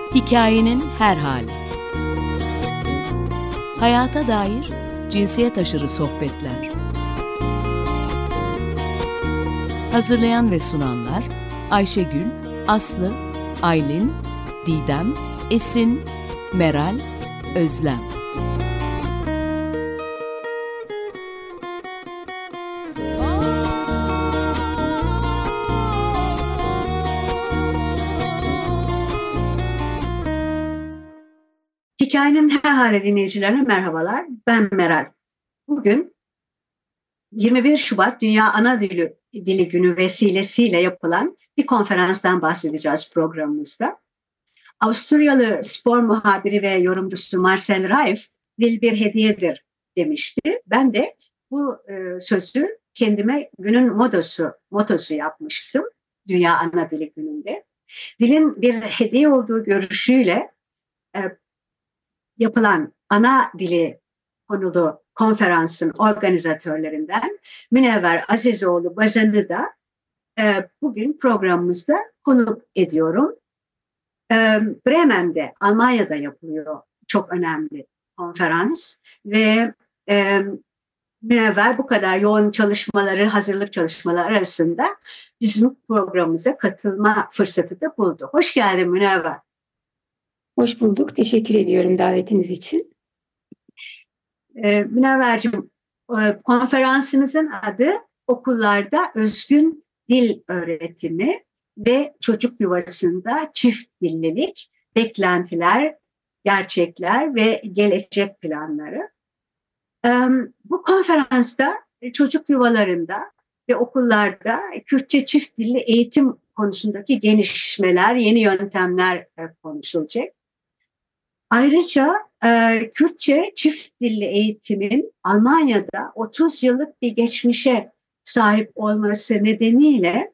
Hikayenin her hali. Hayata dair cinsiyet aşırı sohbetler. Hazırlayan ve sunanlar Ayşegül, Aslı, Aylin, Didem, Esin, Meral, Özlem. Hikayenin her hali dinleyicilerine merhabalar. Ben Meral. Bugün 21 Şubat Dünya Ana Dili Günü vesilesiyle yapılan bir konferanstan bahsedeceğiz programımızda. Avusturyalı spor muhabiri ve yorumcusu Marcel Reif, dil bir hediyedir demişti. Ben de bu sözü kendime günün motosu yapmıştım Dünya Ana Dili Günü'nde. Dilin bir hediye olduğu görüşüyle yapılan ana dili konulu konferansın organizatörlerinden Münevver Azizoğlu Bazan'ı da bugün programımızda konuk ediyorum. Bremen'de, Almanya'da yapılıyor çok önemli konferans ve Münevver bu kadar yoğun hazırlık çalışmaları arasında bizim programımıza katılma fırsatı da buldu. Hoş geldin Münevver. Hoş bulduk. Teşekkür ediyorum davetiniz için. Münevver'cim, konferansınızın adı Okullarda Özgün Dil Öğretimi ve Çocuk Yuvasında Çift Dillilik, Beklentiler, Gerçekler ve Gelecek Planları. Bu konferansta çocuk yuvalarında ve okullarda Kürtçe çift dilli eğitim konusundaki gelişmeler, yeni yöntemler konuşulacak. Ayrıca Kürtçe çift dilli eğitimin Almanya'da 30 yıllık bir geçmişe sahip olması nedeniyle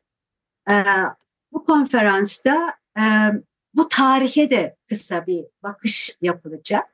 bu konferansta bu tarihe de kısa bir bakış yapılacak.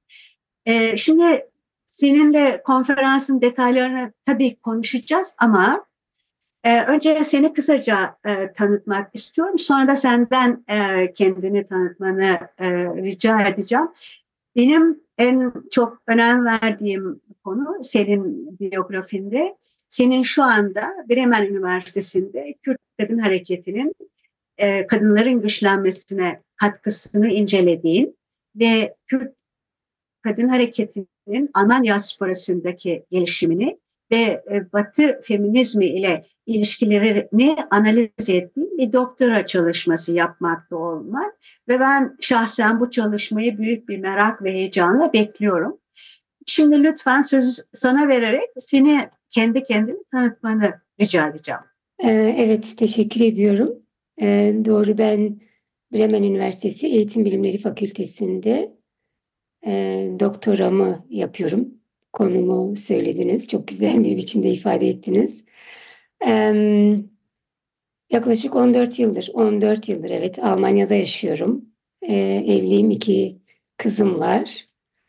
Şimdi seninle konferansın detaylarını tabii konuşacağız ama önce seni kısaca tanıtmak istiyorum. Sonra da senden kendini tanıtmanı rica edeceğim. Benim en çok önem verdiğim konu senin biyografinde. Senin şu anda Bremen Üniversitesi'nde Kürt Kadın Hareketi'nin kadınların güçlenmesine katkısını incelediğin ve Kürt Kadın Hareketi'nin Alman diasporasındaki gelişimini ve Batı feminizmi ile ilişkilerini analiz ettiğim bir doktora çalışması yapmakta olmak ve ben şahsen bu çalışmayı büyük bir merak ve heyecanla bekliyorum. Şimdi lütfen sözü sana vererek seni kendi kendini tanıtmanı rica edeceğim. Evet, teşekkür ediyorum. Doğru, ben Bremen Üniversitesi Eğitim Bilimleri Fakültesi'nde doktoramı yapıyorum. Konumu söylediniz, çok güzel bir biçimde ifade ettiniz. Yaklaşık 14 yıldır evet Almanya'da yaşıyorum. Evliyim, 2 kızım var.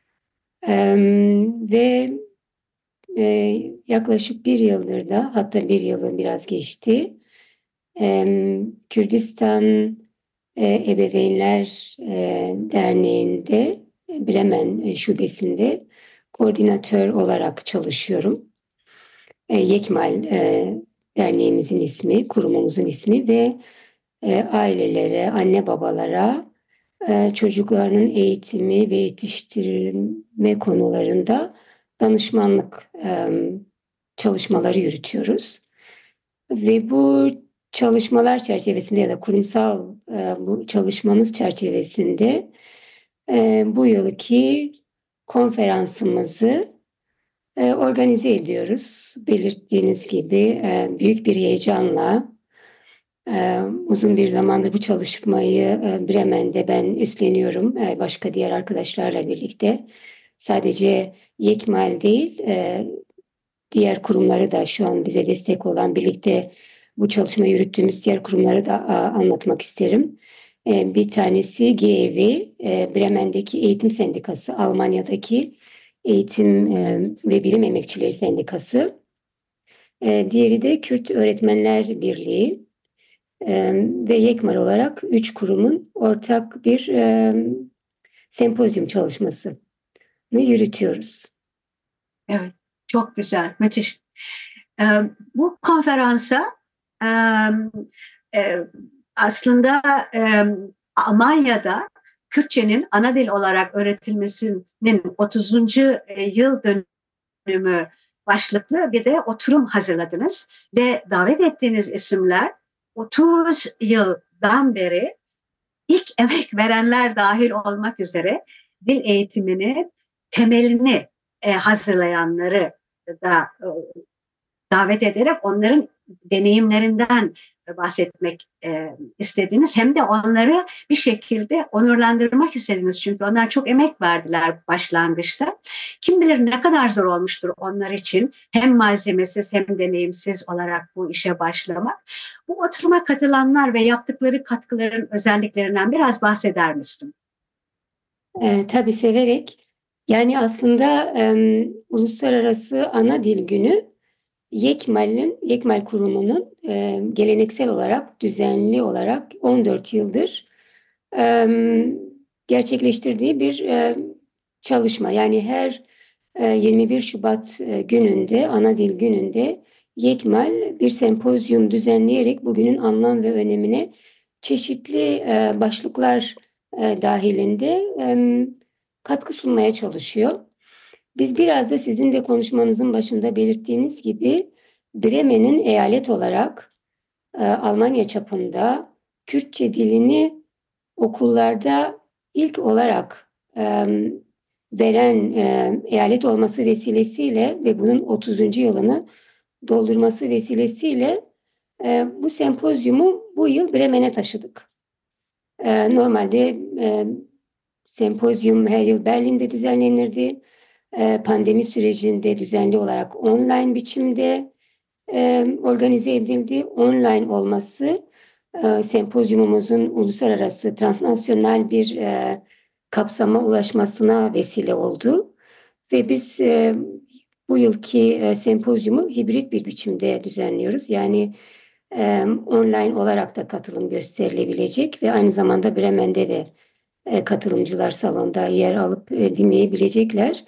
Ve yaklaşık 1 yıldır da, hatta 1 yılı biraz geçti. Kürdistan Ebeveynler Derneği'nde, Bremen şubesinde koordinatör olarak çalışıyorum. Yekmal derneğimizin ismi, kurumumuzun ismi ve ailelere, anne babalara çocuklarının eğitimi ve yetiştirilme konularında danışmanlık çalışmaları yürütüyoruz. Ve bu çalışmalar çerçevesinde ya da kurumsal bu çalışmamız çerçevesinde bu yılki konferansımızı organize ediyoruz. Belirttiğiniz gibi büyük bir heyecanla uzun bir zamandır bu çalışmayı Bremen'de ben üstleniyorum. Başka diğer arkadaşlarla birlikte. Sadece Yekmal değil, diğer kurumları da şu an bize destek olan, birlikte bu çalışmayı yürüttüğümüz diğer kurumları da anlatmak isterim. Bir tanesi GEV, Bremen'deki Eğitim Sendikası, Almanya'daki Eğitim ve Bilim Emekçileri Sendikası. Diğeri de Kürt Öğretmenler Birliği. ve Yekmal olarak 3 kurumun ortak bir sempozyum çalışmasını yürütüyoruz. Evet, çok güzel, müthiş. Bu konferansa e, aslında Almanya'da Kürtçenin ana dil olarak öğretilmesinin 30. yıl dönümü başlıklı bir de oturum hazırladınız ve davet ettiğiniz isimler 30 yıldan beri ilk emek verenler dahil olmak üzere dil eğitimini temelini hazırlayanları da davet ederek onların deneyimlerinden bahsetmek istediniz. Hem de onları bir şekilde onurlandırmak istediniz. Çünkü onlar çok emek verdiler başlangıçta. Kim bilir ne kadar zor olmuştur onlar için hem malzemesiz hem deneyimsiz olarak bu işe başlamak. Bu oturuma katılanlar ve yaptıkları katkıların özelliklerinden biraz bahseder misin? Tabii severek. Yani aslında Uluslararası Ana Dil Günü Yekmal Kurumu'nun geleneksel olarak, düzenli olarak 14 yıldır gerçekleştirdiği bir çalışma. Yani her 21 Şubat gününde, Ana Dil Günü'nde Yekmal bir sempozyum düzenleyerek bugünün anlam ve önemine çeşitli başlıklar dahilinde katkı sunmaya çalışıyor. Biz biraz da sizin de konuşmanızın başında belirttiğiniz gibi Bremen'in eyalet olarak Almanya çapında Kürtçe dilini okullarda ilk olarak veren eyalet olması vesilesiyle ve bunun 30. yılını doldurması vesilesiyle bu sempozyumu bu yıl Bremen'e taşıdık. Normalde sempozyum her yıl Berlin'de düzenlenirdi. Pandemi sürecinde düzenli olarak online biçimde organize edildi. Online olması sempozyumumuzun uluslararası transnasyonal bir kapsama ulaşmasına vesile oldu. Ve biz bu yılki sempozyumu hibrit bir biçimde düzenliyoruz. Yani online olarak da katılım gösterilebilecek ve aynı zamanda Bremen'de de katılımcılar salonda yer alıp dinleyebilecekler.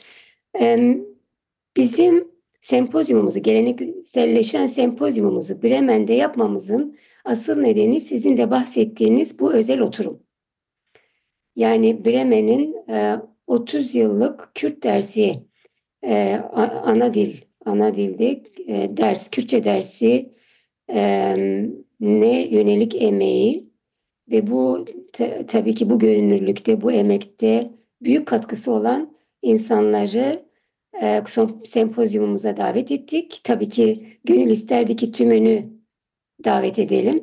Bizim sempozyumumuzu, gelenekselleşen sempozyumumuzu Bremen'de yapmamızın asıl nedeni sizin de bahsettiğiniz bu özel oturum. Yani Bremen'in 30 yıllık Kürt dersi, ana dilde Kürtçe dersi ne yönelik emeği ve bu tabii ki bu görünürlükte, bu emekte büyük katkısı olan insanları sempozyumumuza davet ettik. Tabii ki gönül isterdi ki tümünü davet edelim.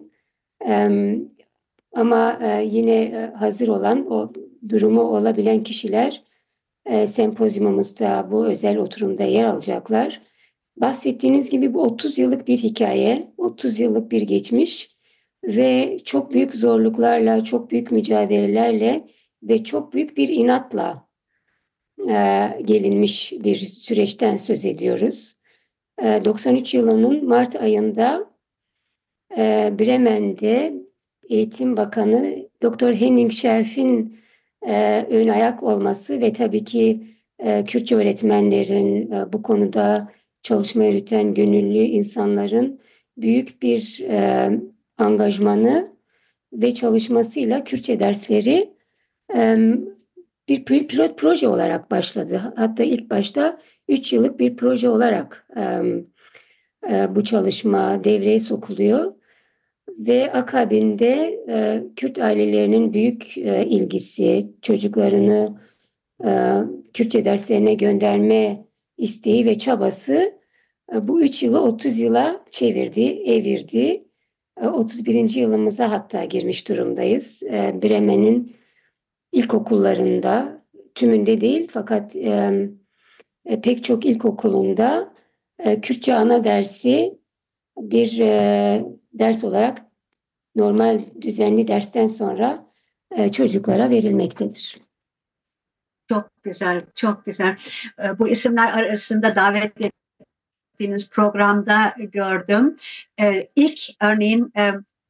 Ama yine hazır olan, o durumu olabilen kişiler sempozyumumuzda bu özel oturumda yer alacaklar. Bahsettiğiniz gibi bu 30 yıllık bir hikaye, 30 yıllık bir geçmiş ve çok büyük zorluklarla, çok büyük mücadelelerle ve çok büyük bir inatla gelinmiş bir süreçten söz ediyoruz. 93 yılının Mart ayında Bremen'de Eğitim Bakanı Dr. Henning Scherf'in ön ayak olması ve tabii ki Kürtçe öğretmenlerin bu konuda çalışma yürüten gönüllü insanların büyük bir angajmanı ve çalışmasıyla Kürtçe dersleri bir pilot proje olarak başladı. Hatta ilk başta 3 yıllık bir proje olarak bu çalışma devreye sokuluyor. Ve akabinde Kürt ailelerinin büyük ilgisi, çocuklarını Kürtçe derslerine gönderme isteği ve çabası bu 3 yılı 30 yıla evirdi. 31. yılımıza hatta girmiş durumdayız. Bremen'in ilkokullarında, tümünde değil fakat pek çok ilkokulunda Kürtçe ana dersi bir ders olarak normal düzenli dersten sonra çocuklara verilmektedir. Çok güzel, çok güzel. Bu isimler arasında davet ettiğiniz programda gördüm. İlk örneğin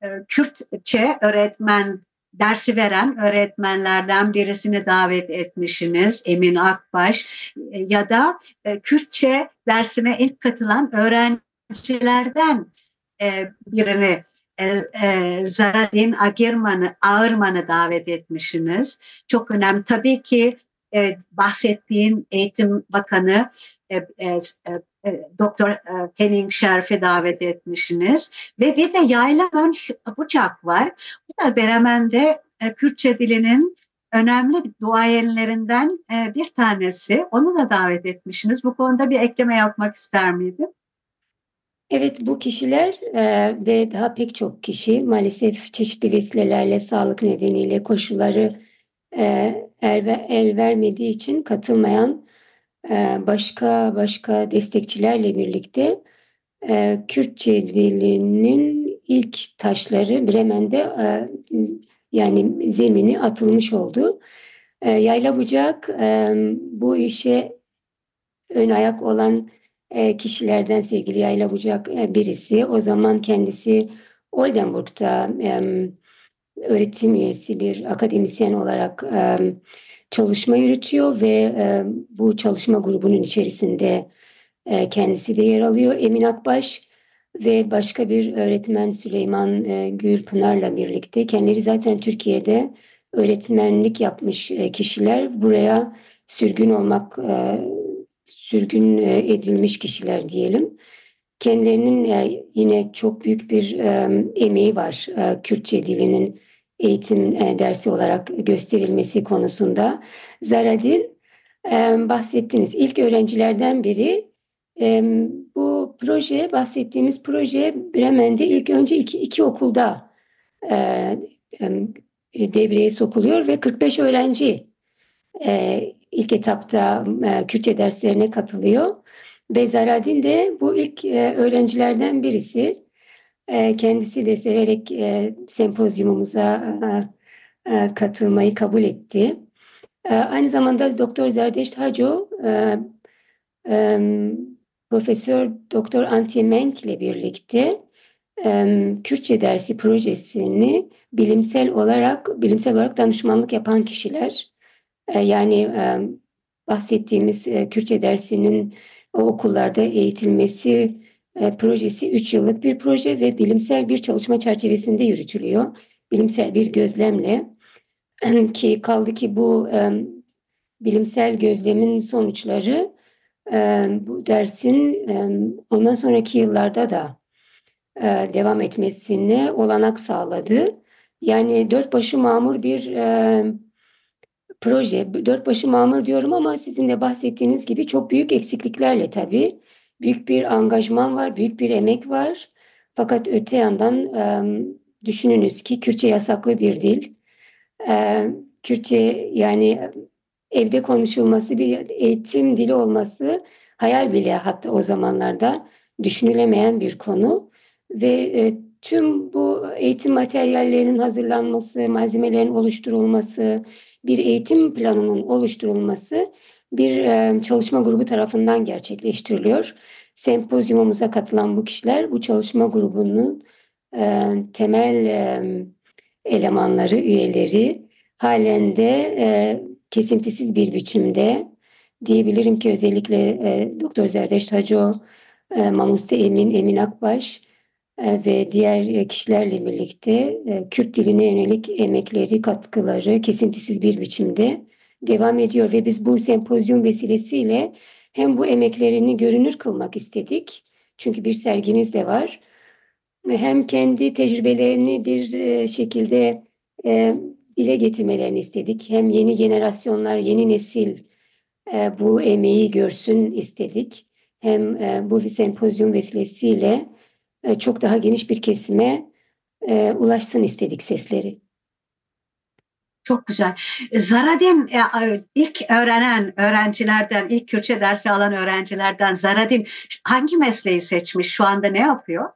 Kürtçe öğretmen dersi veren öğretmenlerden birisini davet etmişsiniz, Emin Akbaş, ya da Kürtçe dersine ilk katılan öğrencilerden birini, Zaradin Ağırman'ı davet etmişsiniz. Çok önemli. Tabii ki bahsettiğin Eğitim Bakanı Doktor Henning Şerif'i davet etmişsiniz. Ve bir de Yayla Bucak var. Bu da Bremen'de Kürtçe dilinin önemli duayenlerinden bir tanesi. Onu da davet etmişsiniz. Bu konuda bir ekleme yapmak ister miydin? Evet, bu kişiler ve daha pek çok kişi maalesef çeşitli vesilelerle, sağlık nedeniyle koşulları el vermediği için katılmayan başka destekçilerle birlikte Kürtçe dilinin ilk taşları Bremen'de yani zemini atılmış oldu. Yayla Bucak bu işe ön ayak olan kişilerden sevgili Yayla Bucak birisi. O zaman kendisi Oldenburg'da öğretim üyesi bir akademisyen olarak çalışma yürütüyor ve bu çalışma grubunun içerisinde kendisi de yer alıyor. Emin Akbaş ve başka bir öğretmen Süleyman Gürpınar'la birlikte kendileri zaten Türkiye'de öğretmenlik yapmış kişiler. Buraya sürgün edilmiş kişiler diyelim. Kendilerinin yine çok büyük bir emeği var Kürtçe dilinin eğitim dersi olarak gösterilmesi konusunda. Zaradin bahsettiniz. İlk öğrencilerden biri. Bu bahsettiğimiz proje Bremen'de ilk önce iki okulda devreye sokuluyor ve 45 öğrenci ilk etapta Kürtçe derslerine katılıyor. Ve Zaradin de bu ilk öğrencilerden birisi. Kendisi de severek sempozyumumuza katılmayı kabul etti. Aynı zamanda Doktor Zerdeşt Haco, Profesör Doktor Antje Menk ile birlikte Kürtçe dersi projesini bilimsel olarak danışmanlık yapan kişiler. Yani bahsettiğimiz Kürtçe dersinin o okullarda eğitilmesi projesi 3 yıllık bir proje ve bilimsel bir çalışma çerçevesinde yürütülüyor. Bilimsel bir gözlemle ki kaldı ki bu bilimsel gözlemin sonuçları bu dersin ondan sonraki yıllarda da devam etmesine olanak sağladı. Yani dört başı mamur bir proje. Dört başı mamur diyorum ama sizin de bahsettiğiniz gibi çok büyük eksikliklerle tabii. Büyük bir angajman var, büyük bir emek var. Fakat öte yandan düşününüz ki Kürtçe yasaklı bir dil. Kürtçe yani evde konuşulması, bir eğitim dili olması hayal bile hatta o zamanlarda düşünülemeyen bir konu. Ve tüm bu eğitim materyallerinin hazırlanması, malzemelerin oluşturulması, bir eğitim planının oluşturulması bir çalışma grubu tarafından gerçekleştiriliyor. Sempozyumumuza katılan bu kişiler bu çalışma grubunun temel elemanları, üyeleri halen de kesintisiz bir biçimde diyebilirim ki özellikle Doktor Zerdeşt Haco, Mamuste Emin Akbaş ve diğer kişilerle birlikte Kürt diline yönelik emekleri, katkıları kesintisiz bir biçimde devam ediyor ve biz bu sempozyum vesilesiyle hem bu emeklerini görünür kılmak istedik. Çünkü bir sergimiz de var. Hem kendi tecrübelerini bir şekilde dile getirmelerini istedik. Hem yeni jenerasyonlar, yeni nesil bu emeği görsün istedik. Hem bu sempozyum vesilesiyle çok daha geniş bir kesime ulaşsın istedik sesleri. Çok güzel. Zaradin ilk öğrencilerden, ilk Kürtçe dersi alan öğrencilerden Zaradin hangi mesleği seçmiş? Şu anda ne yapıyor?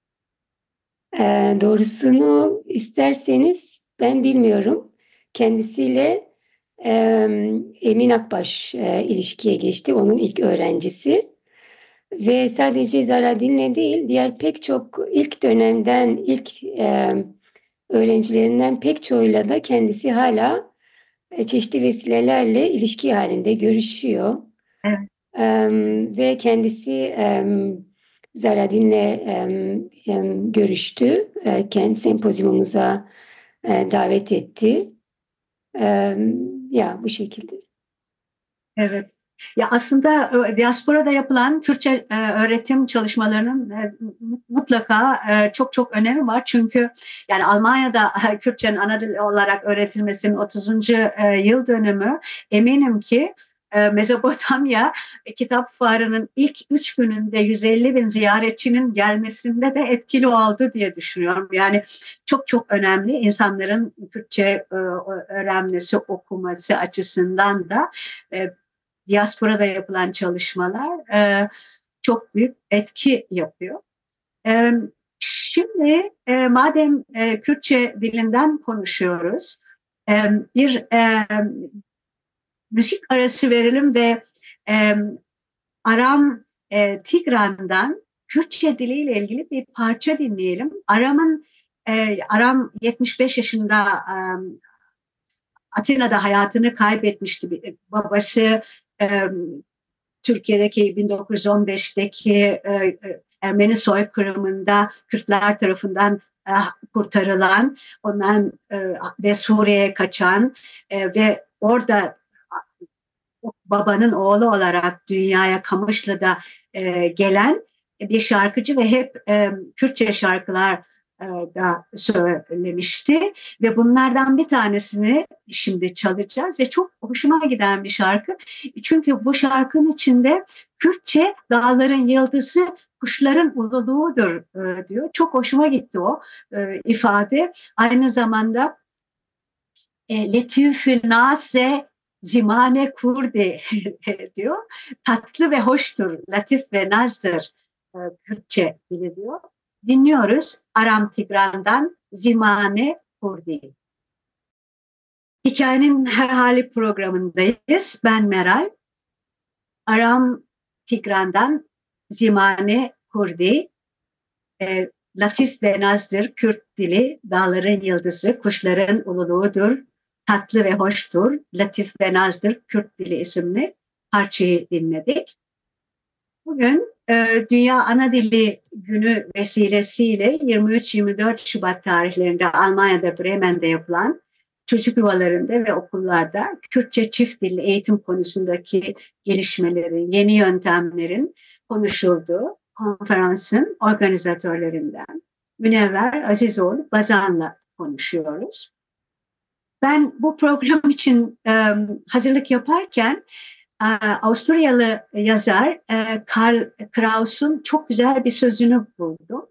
Doğrusunu isterseniz ben bilmiyorum. Kendisiyle Emin Akbaş ilişkiye geçti. Onun ilk öğrencisi. Ve sadece Zaradin'le değil, diğer pek çok ilk dönemden, ilk öğrencilerinden pek çoğuyla da kendisi hala çeşitli vesilelerle ilişki halinde görüşüyor. Evet. Ve kendisi Zaradin'le görüştü. Kendi sempozyumumuza davet etti. Ya bu şekilde. Evet. Ya aslında diasporada yapılan Kürtçe öğretim çalışmalarının mutlaka çok çok önemi var. Çünkü yani Almanya'da Kürtçenin ana dil olarak öğretilmesinin 30. Yıl dönümü, eminim ki Mezopotamya Kitap Fuarı'nın ilk 3 gününde 150 bin ziyaretçinin gelmesinde de etkili oldu diye düşünüyorum. Yani çok çok önemli, insanların Kürtçe öğrenmesi, okuması açısından da diasporada yapılan çalışmalar çok büyük etki yapıyor. Şimdi madem Kürtçe dilinden konuşuyoruz, bir müzik arası verelim ve Aram Tigran'dan Kürtçe diliyle ilgili bir parça dinleyelim. Aram 75 yaşında Atina'da hayatını kaybetmişti. Babası Türkiye'deki 1915'teki Ermeni soykırımında Kürtler tarafından kurtarılan, ondan ve Suriye'ye kaçan ve orada babanın oğlu olarak dünyaya Kamışlı'da gelen bir şarkıcı ve hep Kürtçe şarkılar da söylemişti ve bunlardan bir tanesini şimdi çalacağız ve çok hoşuma giden bir şarkı. Çünkü bu şarkının içinde Kürtçe dağların yıldızı, kuşların ululuğudur diyor. Çok hoşuma gitti o ifade. Aynı zamanda Letüfü Nase Zimane Kurdi diyor. Tatlı ve hoştur, latif ve nazdır Kürtçe dili diyor. Dinliyoruz Aram Tigran'dan Zimane Kurdi. Hikayenin Her Hali programındayız. Ben Meral. Aram Tigran'dan Zimane Kurdi. Latif ve nazdır Kürt dili, dağların yıldızı, kuşların ululuğudur, tatlı ve hoştur, latif ve nazdır Kürt dili isimli parçayı dinledik. Bugün Dünya Ana Dili Günü vesilesiyle 23-24 Şubat tarihlerinde Almanya'da Bremen'de yapılan çocuk yuvalarında ve okullarda Kürtçe çift dilli eğitim konusundaki gelişmelerin, yeni yöntemlerin konuşulduğu konferansın organizatörlerinden Münevver Azizoğlu Bazan'la konuşuyoruz. Ben bu program için hazırlık yaparken Avusturyalı yazar Karl Kraus'un çok güzel bir sözünü buldum.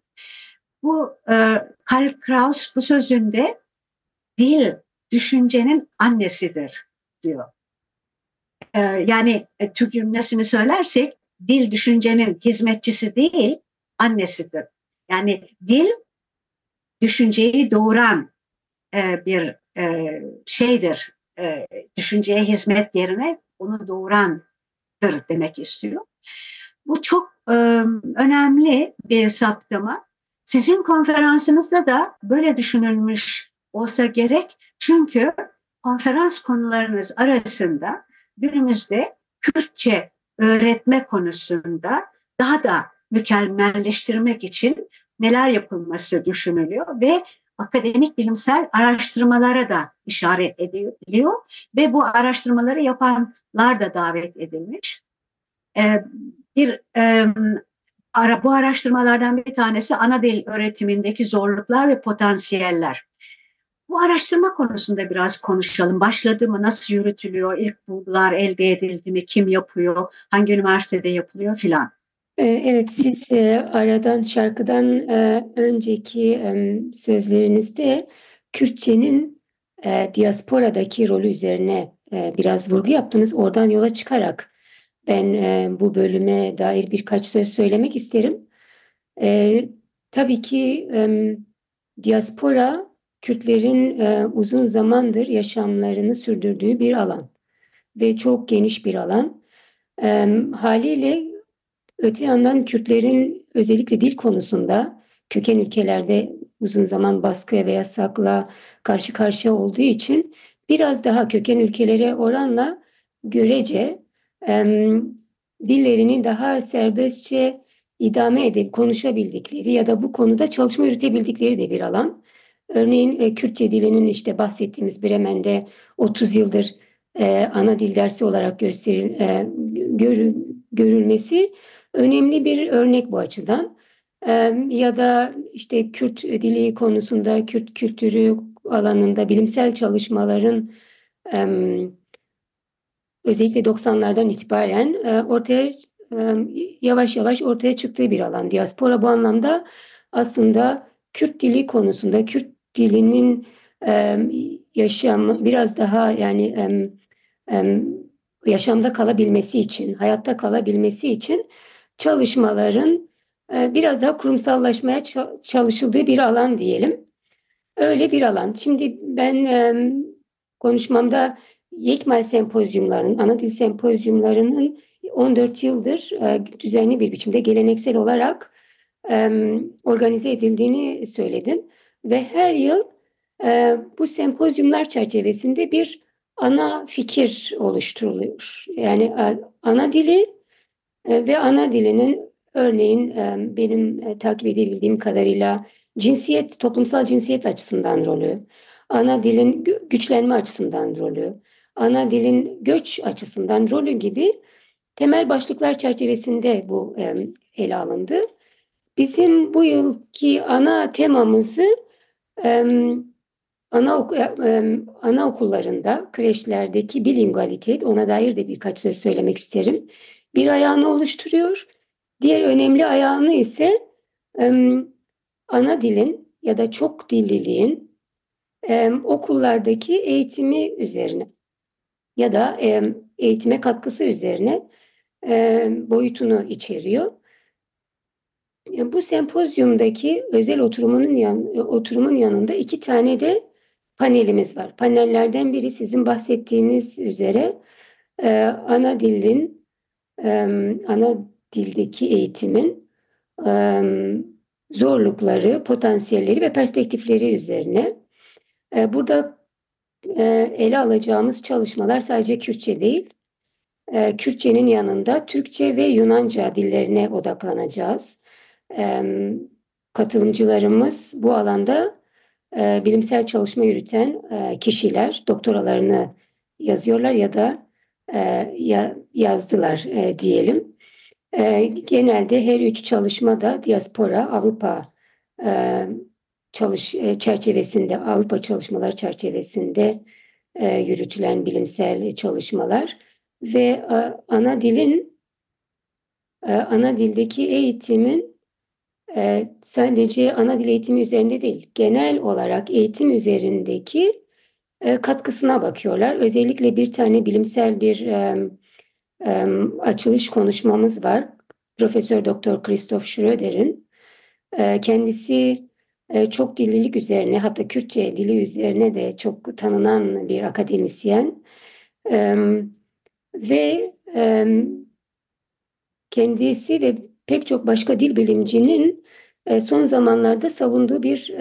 Karl Kraus bu sözünde dil düşüncenin annesidir diyor. Yani Türk cümlesini söylersek dil düşüncenin hizmetçisi değil, annesidir. Yani dil düşünceyi doğuran bir şeydir. Düşünceye hizmet yerine onu doğurandır demek istiyor. Bu çok önemli bir saptama. Sizin konferansınızda da böyle düşünülmüş olsa gerek. Çünkü konferans konularınız arasında günümüzde Kürtçe öğretme konusunda daha da mükemmelleştirmek için neler yapılması düşünülüyor ve akademik bilimsel araştırmalara da işaret ediliyor ve bu araştırmaları yapanlar da davet edilmiş. Bu araştırmalardan bir tanesi ana dil öğretimindeki zorluklar ve potansiyeller. Bu araştırma konusunda biraz konuşalım. Başladı mı, nasıl yürütülüyor, ilk bulgular elde edildi mi, kim yapıyor, hangi üniversitede yapılıyor filan. Evet, siz şarkıdan önceki sözlerinizde Kürtçenin diasporadaki rolü üzerine biraz vurgu yaptınız. Oradan yola çıkarak ben bu bölüme dair birkaç söz söylemek isterim. Tabii ki diaspora Kürtlerin uzun zamandır yaşamlarını sürdürdüğü bir alan ve çok geniş bir alan. Haliyle Öte yandan Kürtlerin özellikle dil konusunda köken ülkelerde uzun zaman baskı ve yasakla karşı karşıya olduğu için biraz daha köken ülkelere oranla görece dillerini daha serbestçe idame edip konuşabildikleri ya da bu konuda çalışma yürütebildikleri de bir alan. Örneğin Kürtçe dilinin işte bahsettiğimiz Bremen'de 30 yıldır ana dil dersi olarak görülmesi önemli bir örnek bu açıdan. Ya da işte Kürt dili konusunda, Kürt kültürü alanında bilimsel çalışmaların özellikle 90'lardan itibaren yavaş yavaş ortaya çıktığı bir alan. Diaspora bu anlamda aslında Kürt dili konusunda, Kürt dilinin yaşamı biraz daha yani yaşamda kalabilmesi için, hayatta kalabilmesi için çalışmaların biraz daha kurumsallaşmaya çalışıldığı bir alan diyelim. Öyle bir alan. Şimdi ben konuşmamda Yekmal sempozyumlarının, ana dil sempozyumlarının 14 yıldır düzenli bir biçimde geleneksel olarak organize edildiğini söyledim. Ve her yıl bu sempozyumlar çerçevesinde bir ana fikir oluşturuluyor. Yani ana dili ve ana dilinin örneğin benim takip edebildiğim kadarıyla cinsiyet, toplumsal cinsiyet açısından rolü, ana dilin güçlenme açısından rolü, ana dilin göç açısından rolü gibi temel başlıklar çerçevesinde bu ele alındı. Bizim bu yılki ana temamızı anaokullarında, kreşlerdeki bilingualite, ona dair de birkaç söz söylemek isterim. Bir ayağını oluşturuyor. Diğer önemli ayağını ise ana dilin ya da çok dilliliğin okullardaki eğitimi üzerine ya da eğitime katkısı üzerine boyutunu içeriyor. Bu sempozyumdaki özel oturumun yanında 2 tane de panelimiz var. Panellerden biri sizin bahsettiğiniz üzere ana dildeki eğitimin zorlukları, potansiyelleri ve perspektifleri üzerine. Burada ele alacağımız çalışmalar sadece Kürtçe değil, Kürtçenin yanında Türkçe ve Yunanca dillerine odaklanacağız. Katılımcılarımız bu alanda bilimsel çalışma yürüten kişiler, doktoralarını yazıyorlar ya da yazdılar diyelim. Genelde her 3 çalışma da diaspora, Avrupa çerçevesinde, Avrupa çalışmaları çerçevesinde yürütülen bilimsel çalışmalar ve ana dildeki eğitimin sadece ana dil eğitimi üzerinde değil, genel olarak eğitim üzerindeki katkısına bakıyorlar. Özellikle bir tane bilimsel bir açılış konuşmamız var. Profesör Doktor Christoph Schröder'in. Kendisi çok dillilik üzerine, hatta Kürtçe dili üzerine de çok tanınan bir akademisyen. Ve kendisi ve pek çok başka dil bilimcinin son zamanlarda savunduğu bir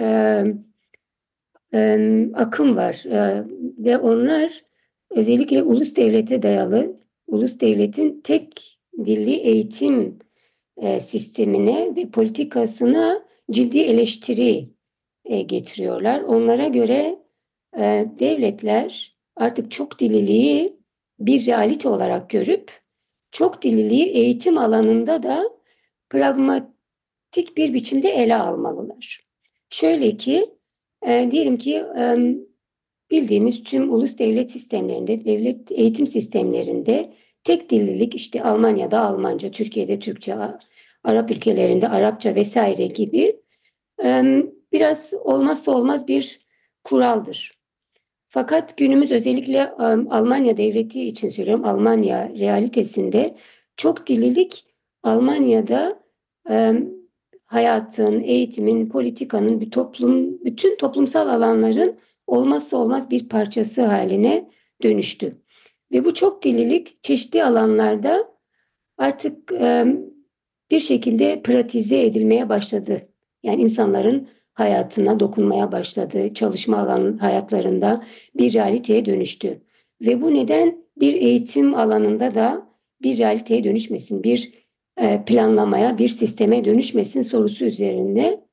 akım var. Ve onlar özellikle ulus devlete dayalı, ulus devletin tek dilli eğitim sistemine ve politikasına ciddi eleştiri getiriyorlar. Onlara göre devletler artık çok dilliliği bir realite olarak görüp çok dilliliği eğitim alanında da pragmatik bir biçimde ele almalılar. Şöyle ki, diyelim ki bildiğimiz tüm ulus devlet sistemlerinde, devlet eğitim sistemlerinde tek dillilik işte Almanya'da Almanca, Türkiye'de Türkçe, Arap ülkelerinde Arapça vesaire gibi biraz olmazsa olmaz bir kuraldır. Fakat günümüz özellikle Almanya devleti için söylüyorum, Almanya realitesinde çok dillilik Almanya'da hayatın, eğitimin, politikanın, bütün toplumsal alanların olmazsa olmaz bir parçası haline dönüştü. Ve bu çok dillilik çeşitli alanlarda artık bir şekilde pratize edilmeye başladı. Yani insanların hayatına dokunmaya başladı. Çalışma alan hayatlarında bir realiteye dönüştü. Ve bu neden bir eğitim alanında da bir realiteye dönüşmesin, bir planlamaya, bir sisteme dönüşmesin sorusu üzerinde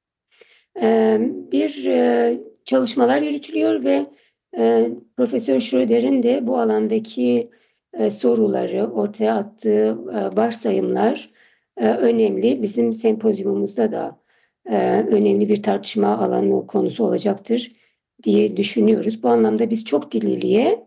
bir çalışmalar yürütülüyor ve Profesör Schröder'in de bu alandaki soruları ortaya attığı varsayımlar önemli. Bizim sempozyumumuzda da önemli bir tartışma alanı konusu olacaktır diye düşünüyoruz. Bu anlamda biz çok dilliliğe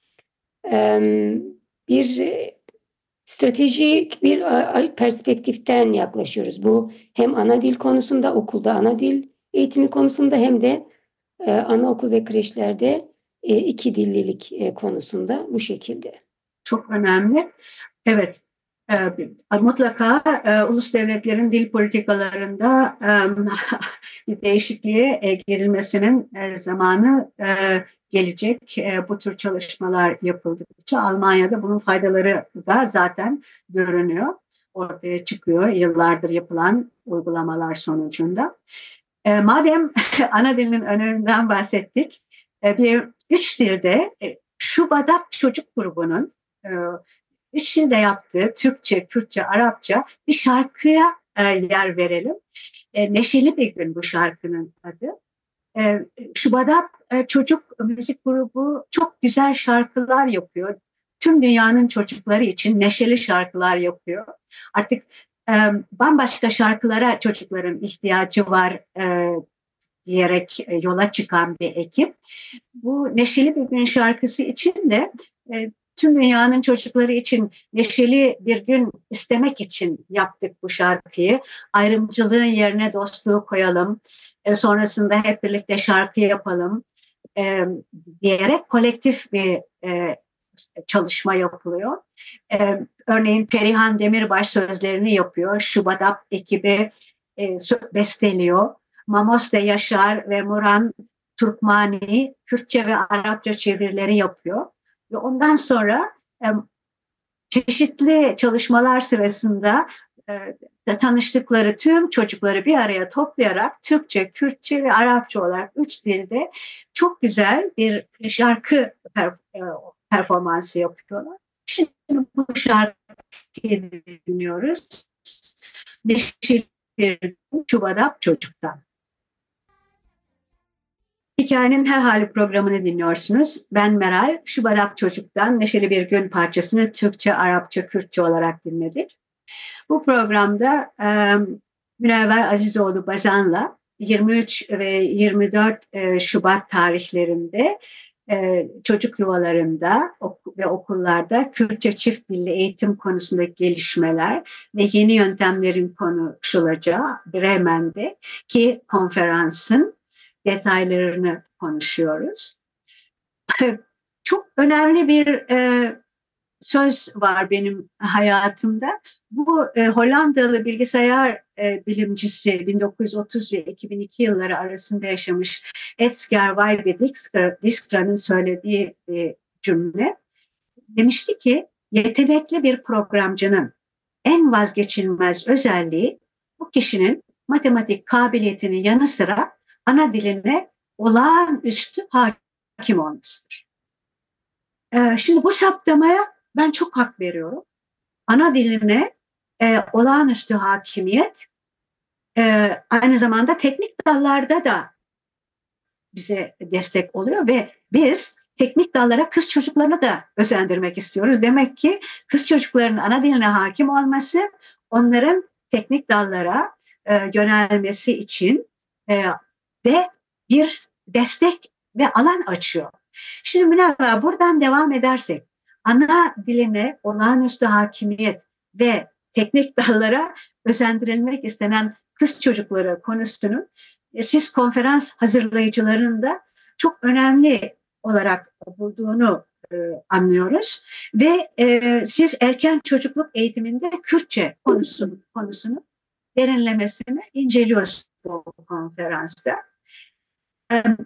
bir stratejik bir perspektiften yaklaşıyoruz. Bu hem ana dil konusunda, okulda ana dil eğitimi konusunda hem de anaokul ve kreşlerde iki dillilik konusunda bu şekilde. Çok önemli. Evet, mutlaka ulus devletlerin dil politikalarında bir değişikliğe gidilmesinin zamanı gelecek. Bu tür çalışmalar yapıldıkça Almanya'da bunun faydaları da zaten görünüyor. Ortaya çıkıyor yıllardır yapılan uygulamalar sonucunda. Madem ana dilinin öneminden bahsettik, bir 3 dilde Şubadap Çocuk Grubu'nun 3 dilde yaptığı Türkçe, Kürtçe, Arapça bir şarkıya yer verelim. Neşeli bir gün bu şarkının adı. Şubadap Çocuk Müzik Grubu çok güzel şarkılar yapıyor. Tüm dünyanın çocukları için neşeli şarkılar yapıyor. Artık bambaşka şarkılara çocukların ihtiyacı var diyerek yola çıkan bir ekip. Bu Neşeli Bir Gün şarkısı için de tüm dünyanın çocukları için neşeli bir gün istemek için yaptık bu şarkıyı. Ayrımcılığın yerine dostluğu koyalım. Sonrasında hep birlikte şarkı yapalım diyerek kolektif bir çalışma yapılıyor. Örneğin Perihan Demirbaş sözlerini yapıyor. Şubadap ekibi besteliyor. Mamoste Yaşar ve Muran Turkmani Kürtçe ve Arapça çevirileri yapıyor. Ve ondan sonra çeşitli çalışmalar sırasında tanıştıkları tüm çocukları bir araya toplayarak Türkçe, Kürtçe ve Arapça olarak 3 dilde çok güzel bir şarkı performansı yapıyorlar. Şimdi bu şarkıyı dinliyoruz. Neşeli Bir Şubadap Çocuk'tan. Hikayenin Her Hali programını dinliyorsunuz. Ben Meral, Şubadap Çocuk'tan Neşeli Bir Gün parçasını Türkçe, Arapça, Kürtçe olarak dinledik. Bu programda Münevver Azizoğlu Bazan'la 23 ve 24 Şubat tarihlerinde çocuk yuvalarında ve okullarda Kürtçe çift dilli eğitim konusundaki gelişmeler ve yeni yöntemlerin konuşulacağı Bremen'deki konferansın detaylarını konuşuyoruz. Çok önemli bir söz var benim hayatımda. Bu Hollandalı bilgisayar bilimcisi 1930 ve 2002 yılları arasında yaşamış Edsger Weibe Dijkstra'nın söylediği cümle. Demişti ki yetenekli bir programcının en vazgeçilmez özelliği bu kişinin matematik kabiliyetinin yanı sıra ana diline olağanüstü hakim olmasıdır. Şimdi bu saptamaya ben çok hak veriyorum. Ana diline olağanüstü hakimiyet aynı zamanda teknik dallarda da bize destek oluyor ve biz teknik dallara kız çocuklarını da özendirmek istiyoruz. Demek ki kız çocuklarının ana diline hakim olması onların teknik dallara yönelmesi için de bir destek ve alan açıyor. Şimdi Münevver buradan devam edersek ana diline olağanüstü hakimiyet ve teknik dallara özendirilmek istenen kız çocukları konusunu siz konferans hazırlayıcılarında çok önemli olarak bulduğunu anlıyoruz. Ve siz erken çocukluk eğitiminde Kürtçe konusunu derinlemesine inceliyorsunuz bu konferansta.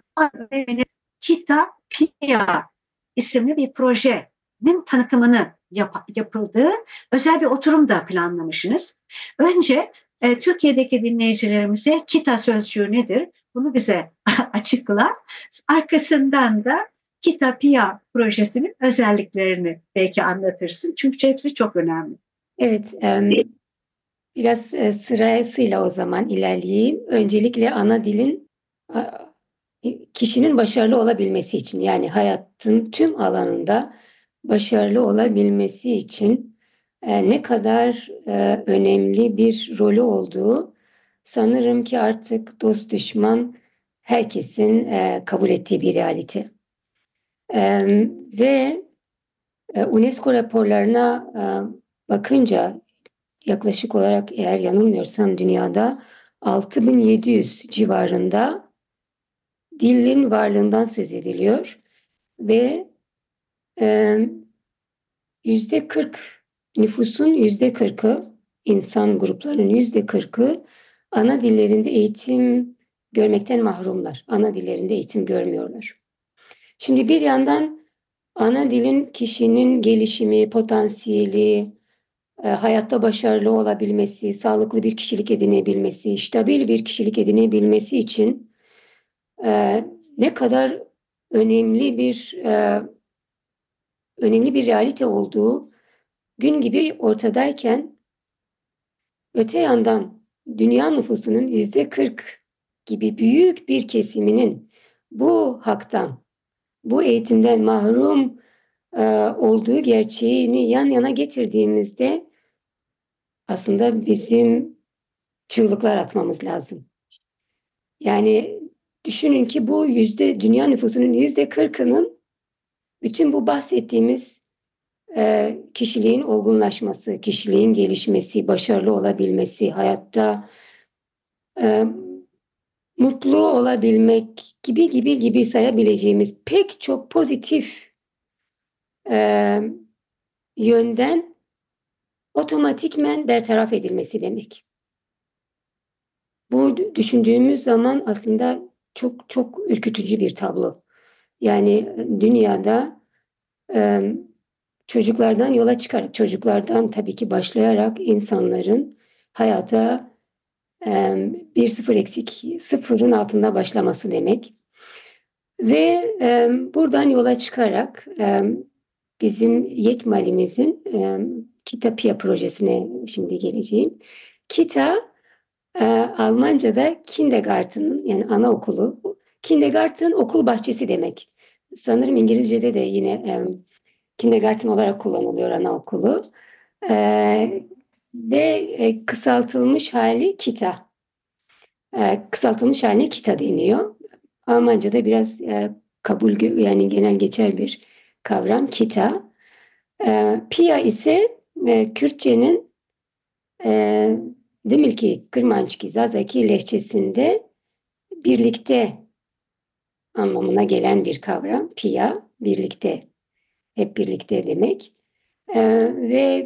Kita Pia isimli bir projenin tanıtımını yapıldığı özel bir oturum da planlamışsınız. Önce Türkiye'deki dinleyicilerimize KİTA sözcüğü nedir? Bunu bize açıkla. Arkasından da KİTA-PİA projesinin özelliklerini belki anlatırsın. Çünkü hepsi çok önemli. Evet, biraz sırasıyla o zaman ilerleyeyim. Öncelikle ana dilin kişinin başarılı olabilmesi için, yani hayatın tüm alanında başarılı olabilmesi için ne kadar önemli bir rolü olduğu, sanırım ki artık dost düşman herkesin kabul ettiği bir realite. Ve UNESCO raporlarına bakınca yaklaşık olarak, eğer yanılmıyorsam, dünyada 6700 civarında dilin varlığından söz ediliyor ve %40, nüfusun %40'ı, insan gruplarının %40'ı ana dillerinde eğitim görmekten mahrumlar. Ana dillerinde eğitim görmüyorlar. Şimdi bir yandan ana dilin kişinin gelişimi, potansiyeli, hayatta başarılı olabilmesi, sağlıklı bir kişilik edinebilmesi, stabil bir kişilik edinebilmesi için ne kadar önemli bir realite olduğu gün gibi ortadayken, öte yandan dünya nüfusunun %40 gibi büyük bir kesiminin bu haktan, bu eğitimden mahrum olduğu gerçeğini yan yana getirdiğimizde aslında bizim çığlıklar atmamız lazım. Yani düşünün ki bu dünya nüfusunun %40'ının bütün bu bahsettiğimiz kişiliğin olgunlaşması, kişiliğin gelişmesi, başarılı olabilmesi, hayatta mutlu olabilmek gibi sayabileceğimiz pek çok pozitif yönden otomatikmen bertaraf edilmesi demek. Bu düşündüğümüz zaman aslında çok çok ürkütücü bir tablo. Yani dünyada çocuklardan yola çıkarak, çocuklardan tabii ki başlayarak insanların hayata bir sıfır eksik, sıfırın altında başlaması demek. Ve buradan yola çıkarak bizim Yekmal'imizin KİTA-PİA projesine şimdi geleceğim. KİTA Almanca'da Kindergarten'ın, yani anaokulu. Kindergarten okul bahçesi demek. Sanırım İngilizce'de de yine Kindergarten olarak kullanılıyor anaokulu. Ve kısaltılmış hali KİTA. Kısaltılmış haline KİTA deniyor. Almanca'da biraz yani genel geçer bir kavram KİTA. PİA ise Kürtçenin Demilki, Kırmançki, Zazaki lehçesinde birlikte anlamına gelen bir kavram. PİA, birlikte, hep birlikte demek. Ve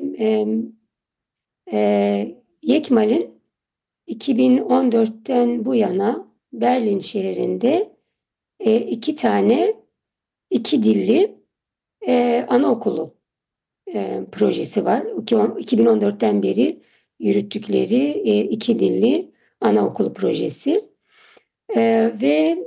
Yekmal'in 2014'ten bu yana Berlin şehrinde iki dilli anaokulu projesi var. 2014'ten beri yürüttükleri iki dilli anaokulu projesi. Ve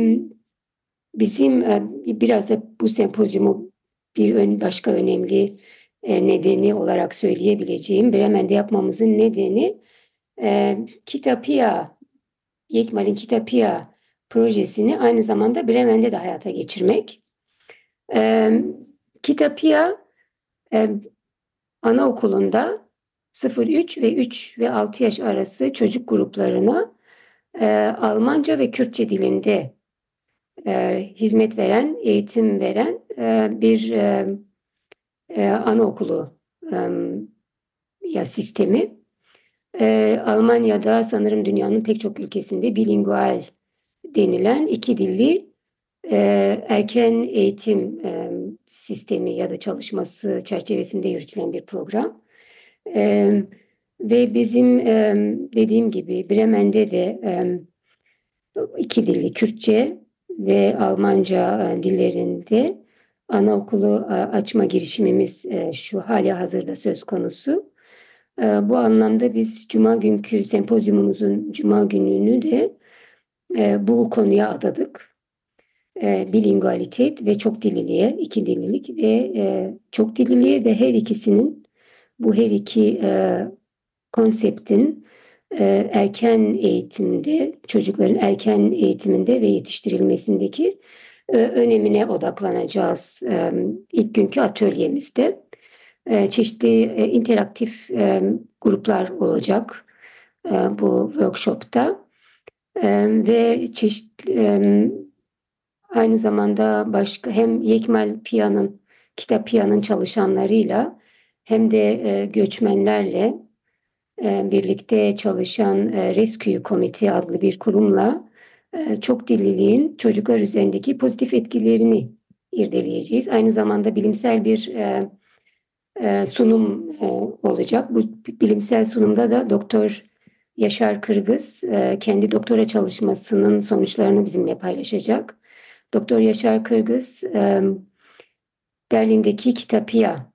bizim biraz da bu sempozyumu bir başka önemli nedeni olarak söyleyebileceğim, Bremen'de yapmamızın nedeni KİTA-PİA, Yekmal'in KİTA-PİA projesini aynı zamanda Bremen'de de hayata geçirmek. KİTA-PİA anaokulunda 0-3 ve 3 ve 6 yaş arası çocuk gruplarına Almanca ve Kürtçe dilinde hizmet veren, eğitim veren bir anaokulu sistemi. Almanya'da sanırım dünyanın pek çok ülkesinde bilingual denilen iki dilli erken eğitim sistemi ya da çalışması çerçevesinde yürütülen bir program. Ve bizim dediğim gibi Bremen'de de iki dilli Kürtçe ve Almanca dillerinde anaokulu açma girişimimiz şu hali hazırda söz konusu. Bu anlamda biz Cuma günkü sempozyumumuzun Cuma gününü de bu konuya adadık. Bilingualitet ve çok dililiğe, iki dililik ve çok dililiğe ve her ikisinin bu her iki konseptin erken eğitimde, çocukların erken eğitiminde ve yetiştirilmesindeki önemine odaklanacağız ilk günkü atölyemizde. Çeşitli interaktif gruplar olacak bu workshopta ve çeşitli aynı zamanda başka hem Yekmal Piya'nın, Kitap Piya'nın çalışanlarıyla hem de göçmenlerle birlikte çalışan Rescue Committee adlı bir kurumla çok dilliliğin çocuklar üzerindeki pozitif etkilerini irdeleyeceğiz. Aynı zamanda bilimsel bir sunum olacak. Bu bilimsel sunumda da Doktor Yaşar Kırgız kendi doktora çalışmasının sonuçlarını bizimle paylaşacak. Doktor Yaşar Kırgız Berlin'deki Kitapia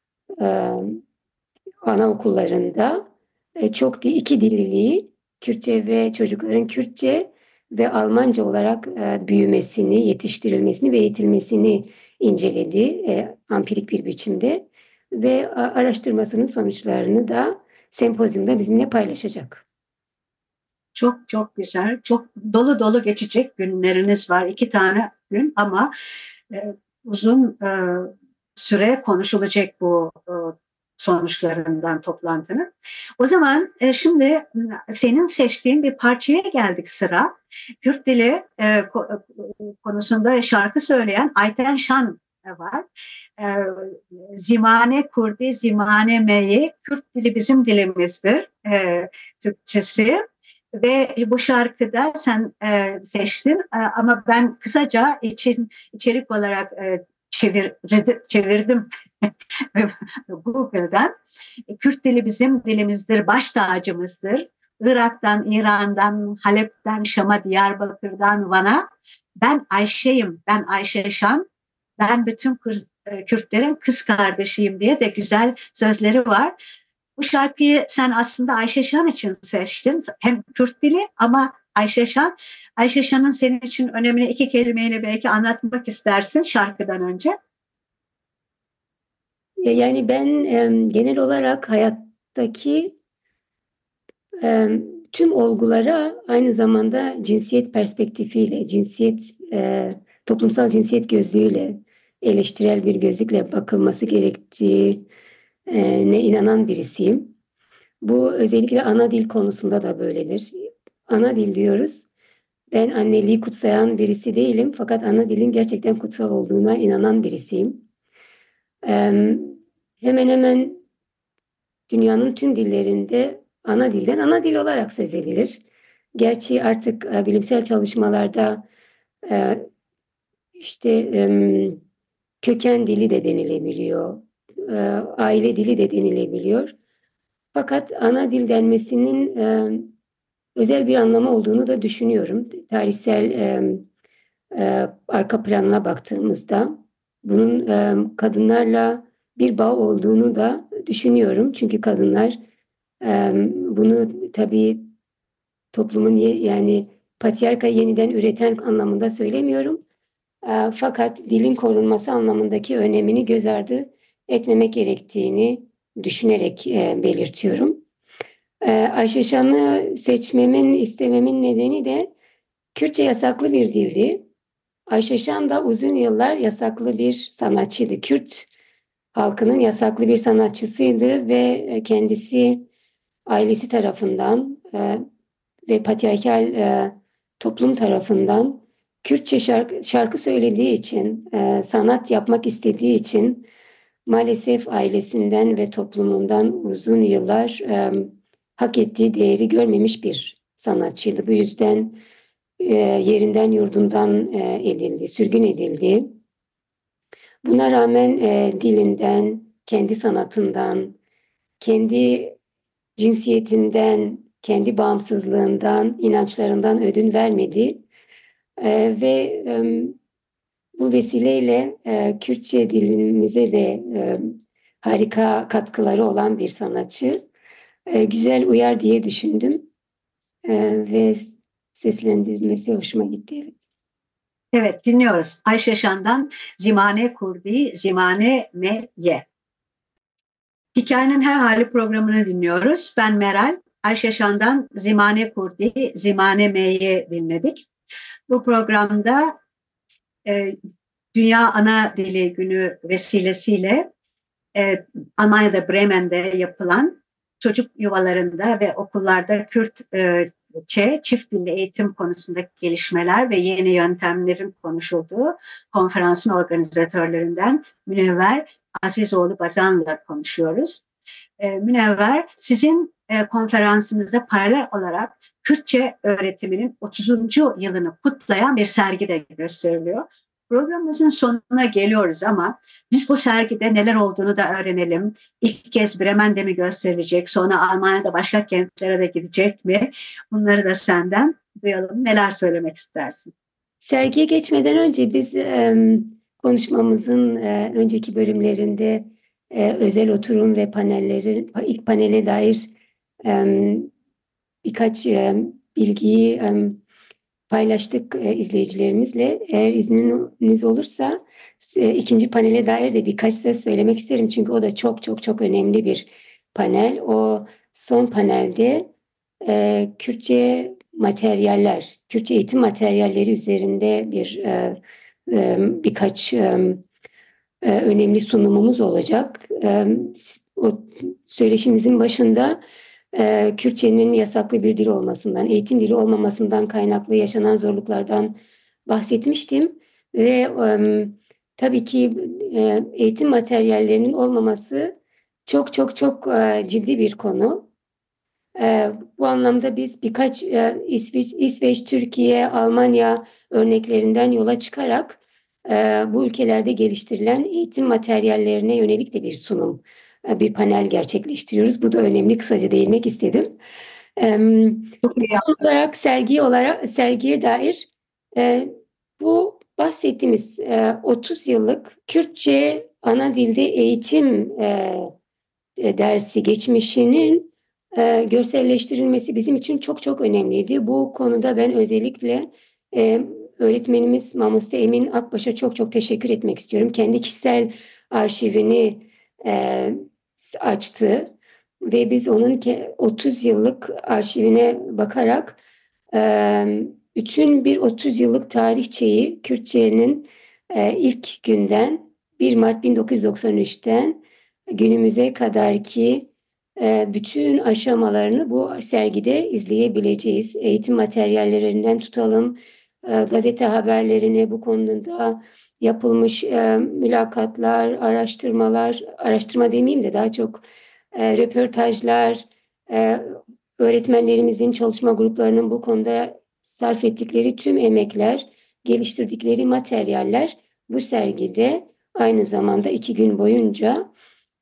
anaokullarında çok iki dilliliği Kürtçe ve çocukların Kürtçe ve Almanca olarak büyümesini, yetiştirilmesini ve eğitilmesini inceledi ampirik bir biçimde ve araştırmasının sonuçlarını da sempozyumda bizimle paylaşacak. Çok çok güzel, çok dolu dolu geçecek günleriniz var. 2 tane gün ama uzun süre konuşulacak bu sonuçlarından toplantının. O zaman şimdi senin seçtiğin bir parçaya geldik sıra. Kürt dili konusunda şarkı söyleyen Ayten Şan var. Zimane Kurdi, Zimane Meyi, Kürt dili bizim dilimizdir, Türkçesi. Ve bu şarkıda sen seçtin ama ben kısaca içerik olarak çevirdim Google'dan. Kürt dili bizim dilimizdir, baş tacımızdır. Irak'tan, İran'dan, Halep'ten, Şam'a, Diyarbakır'dan, Van'a. Ben Ayşe'yim, ben Ayşe Şan. Ben bütün Kürtlerin kız kardeşiyim diye de güzel sözleri var. Bu şarkıyı sen aslında Ayşe Şan için seçtin. Hem Kürt dili ama Ayşe Şan. Ayşe Şan'ın senin için önemini 2 kelimeyle belki anlatmak istersin şarkıdan önce. Yani ben genel olarak hayattaki tüm olgulara aynı zamanda cinsiyet perspektifiyle, toplumsal cinsiyet gözüyle, eleştirel bir gözlükle bakılması gerektiğine inanan birisiyim. Bu özellikle ana dil konusunda da böyledir. Ana dil diyoruz. Ben anneliği kutsayan birisi değilim fakat ana dilin gerçekten kutsal olduğuna inanan birisiyim. Hemen hemen dünyanın tüm dillerinde ana dilden ana dil olarak söz edilir. Gerçi artık bilimsel çalışmalarda köken dili de denilebiliyor, aile dili de denilebiliyor. Fakat ana dil denmesinin özel bir anlamı olduğunu da düşünüyorum. Tarihsel arka planına baktığımızda bunun kadınlarla bir bağ olduğunu da düşünüyorum. Çünkü kadınlar bunu tabii toplumun yani patriarkayı yeniden üreten anlamında söylemiyorum. Fakat dilin korunması anlamındaki önemini göz ardı etmemek gerektiğini düşünerek belirtiyorum. Ayşe Şan'ı istememin nedeni de Kürtçe yasaklı bir dildi. Ayşe Şan da uzun yıllar yasaklı bir sanatçıydı. Kürt halkının yasaklı bir sanatçısıydı ve kendisi ailesi tarafından ve patriarkal toplum tarafından Kürtçe şarkı söylediği için, sanat yapmak istediği için maalesef ailesinden ve toplumundan uzun yıllar hak ettiği değeri görmemiş bir sanatçıydı. Bu yüzden yerinden yurdundan edildi, sürgün edildi. Buna rağmen dilinden, kendi sanatından, kendi cinsiyetinden, kendi bağımsızlığından, inançlarından ödün vermedi. Ve Bu vesileyle Kürtçe dilimize de harika katkıları olan bir sanatçı. Güzel uyar diye düşündüm ve seslendirmesi hoşuma gitti. Evet. Evet, dinliyoruz. Ayşe Şan'dan Zimane Kurdi, Zimane Me Ye. Hikayenin Her Hali programını dinliyoruz. Ben Meral. Ayşe Şan'dan Zimane Kurdi, Zimane Me'yi dinledik. Bu programda Dünya Ana Dili Günü vesilesiyle Almanya'da Bremen'de yapılan çocuk yuvalarında ve okullarda Kürtçe çift dilli eğitim konusundaki gelişmeler ve yeni yöntemlerin konuşulduğu konferansın organizatörlerinden Münevver Azizoğlu Bazan'la konuşuyoruz. Münevver, sizin konferansınıza paralel olarak Kürtçe öğretiminin 30. yılını kutlayan bir sergi de gösteriliyor. Programımızın sonuna geliyoruz ama biz bu sergide neler olduğunu da öğrenelim. İlk kez Bremen'de mi gösterilecek, sonra Almanya'da başka kentlere de gidecek mi? Bunları da senden duyalım. Neler söylemek istersin? Sergiye geçmeden önce biz konuşmamızın önceki bölümlerinde özel oturum ve ilk panele dair birkaç bilgiyi paylaştık izleyicilerimizle. Eğer izniniz olursa ikinci panele dair de birkaç söz söylemek isterim. Çünkü o da çok çok çok önemli bir panel. O son panelde Kürtçe materyaller, Kürtçe eğitim materyalleri üzerinde birkaç önemli sunumumuz olacak. O söyleşimizin başında Kürtçenin yasaklı bir dil olmasından, eğitim dili olmamasından kaynaklı yaşanan zorluklardan bahsetmiştim ve tabii ki eğitim materyallerinin olmaması çok çok çok ciddi bir konu. Bu anlamda biz birkaç İsveç, Türkiye, Almanya örneklerinden yola çıkarak bu ülkelerde geliştirilen eğitim materyallerine yönelik de bir sunum, bir panel gerçekleştiriyoruz. Bu da önemli, kısaca değinmek istedim. Son olarak sergiye dair bu bahsettiğimiz 30 yıllık Kürtçe ana dilde eğitim dersi geçmişinin görselleştirilmesi bizim için çok çok önemliydi. Bu konuda ben özellikle öğretmenimiz Mamuste Emin Akbaş'a çok çok teşekkür etmek istiyorum. Kendi kişisel arşivini açtı ve biz onun 30 yıllık arşivine bakarak bütün bir 30 yıllık tarihçeyi Kürtçenin ilk günden 1 Mart 1993'ten günümüze kadarki bütün aşamalarını bu sergide izleyebileceğiz. Eğitim materyallerinden tutalım, gazete haberlerine, bu konuda yapılmış mülakatlar, araştırma demeyeyim de daha çok röportajlar, öğretmenlerimizin çalışma gruplarının bu konuda sarf ettikleri tüm emekler, geliştirdikleri materyaller bu sergide aynı zamanda 2 gün boyunca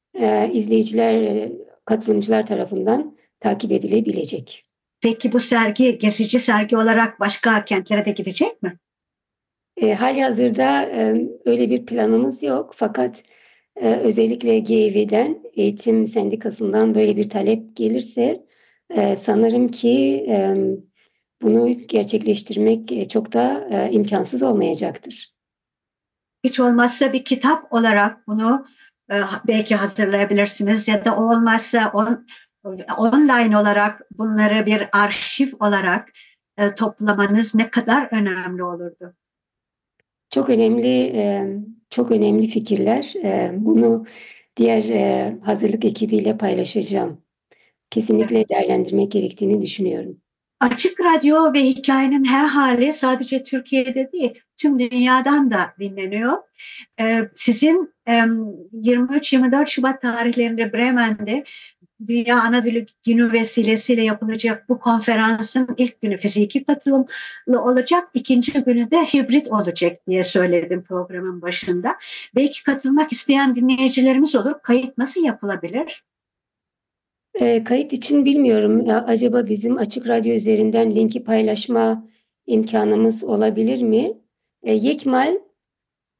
katılımcılar tarafından takip edilebilecek. Peki bu sergi gezici sergi olarak başka kentlere de gidecek mi? Halihazırda öyle bir planımız yok. Fakat özellikle GEV'den, Eğitim Sendikası'ndan böyle bir talep gelirse sanırım ki bunu gerçekleştirmek çok da imkansız olmayacaktır. Hiç olmazsa bir kitap olarak bunu belki hazırlayabilirsiniz ya da olmazsa online olarak bunları bir arşiv olarak toplamanız ne kadar önemli olurdu? Çok önemli fikirler. Bunu diğer hazırlık ekibiyle paylaşacağım. Kesinlikle değerlendirmek gerektiğini düşünüyorum. Açık Radyo ve Hikayenin Her Hali sadece Türkiye'de değil, tüm dünyadan da dinleniyor. Sizin 23-24 Şubat tarihlerinde Bremen'de Dünya Ana Dili Günü vesilesiyle yapılacak bu konferansın ilk günü fiziki katılımlı olacak, ikinci günü de hibrit olacak diye söyledim programın başında. Belki katılmak isteyen dinleyicilerimiz olur. Kayıt nasıl yapılabilir? Kayıt için bilmiyorum. Acaba bizim Açık Radyo üzerinden linki paylaşma imkanımız olabilir mi? Yekmal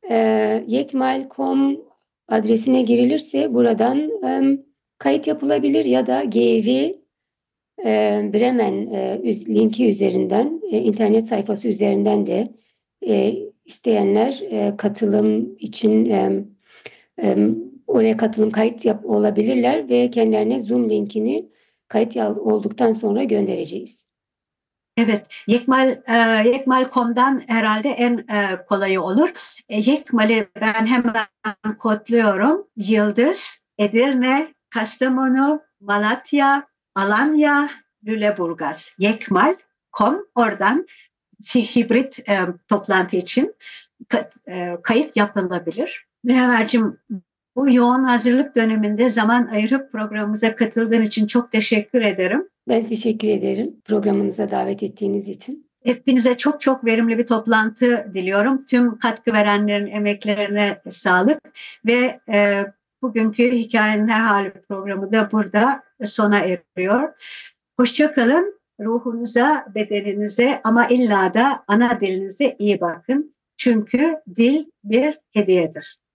yekmal.com adresine girilirse buradan kayıt yapılabilir ya da GV Bremen linki üzerinden, internet sayfası üzerinden de isteyenler katılım için oraya katılım kayıt olabilirler ve kendilerine Zoom linkini kayıt olduktan sonra göndereceğiz. Evet, Yekmal.com'dan herhalde en kolayı olur. Yekmal'i ben hemen kodluyorum. Yıldız, Edirne, Kastamonu, Malatya, Alanya, Lüleburgaz. Yekmal.com, oradan hibrit toplantı için kayıt yapılabilir. Münevver'cim, bu yoğun hazırlık döneminde zaman ayırıp programımıza katıldığın için çok teşekkür ederim. Ben teşekkür ederim programınıza davet ettiğiniz için. Hepinize çok çok verimli bir toplantı diliyorum. Tüm katkı verenlerin emeklerine sağlık ve bugünkü Hikayenin Her Hali programı da burada sona eriyor. Hoşça kalın, ruhunuza, bedeninize ama illa da ana dilinize iyi bakın. Çünkü dil bir hediyedir.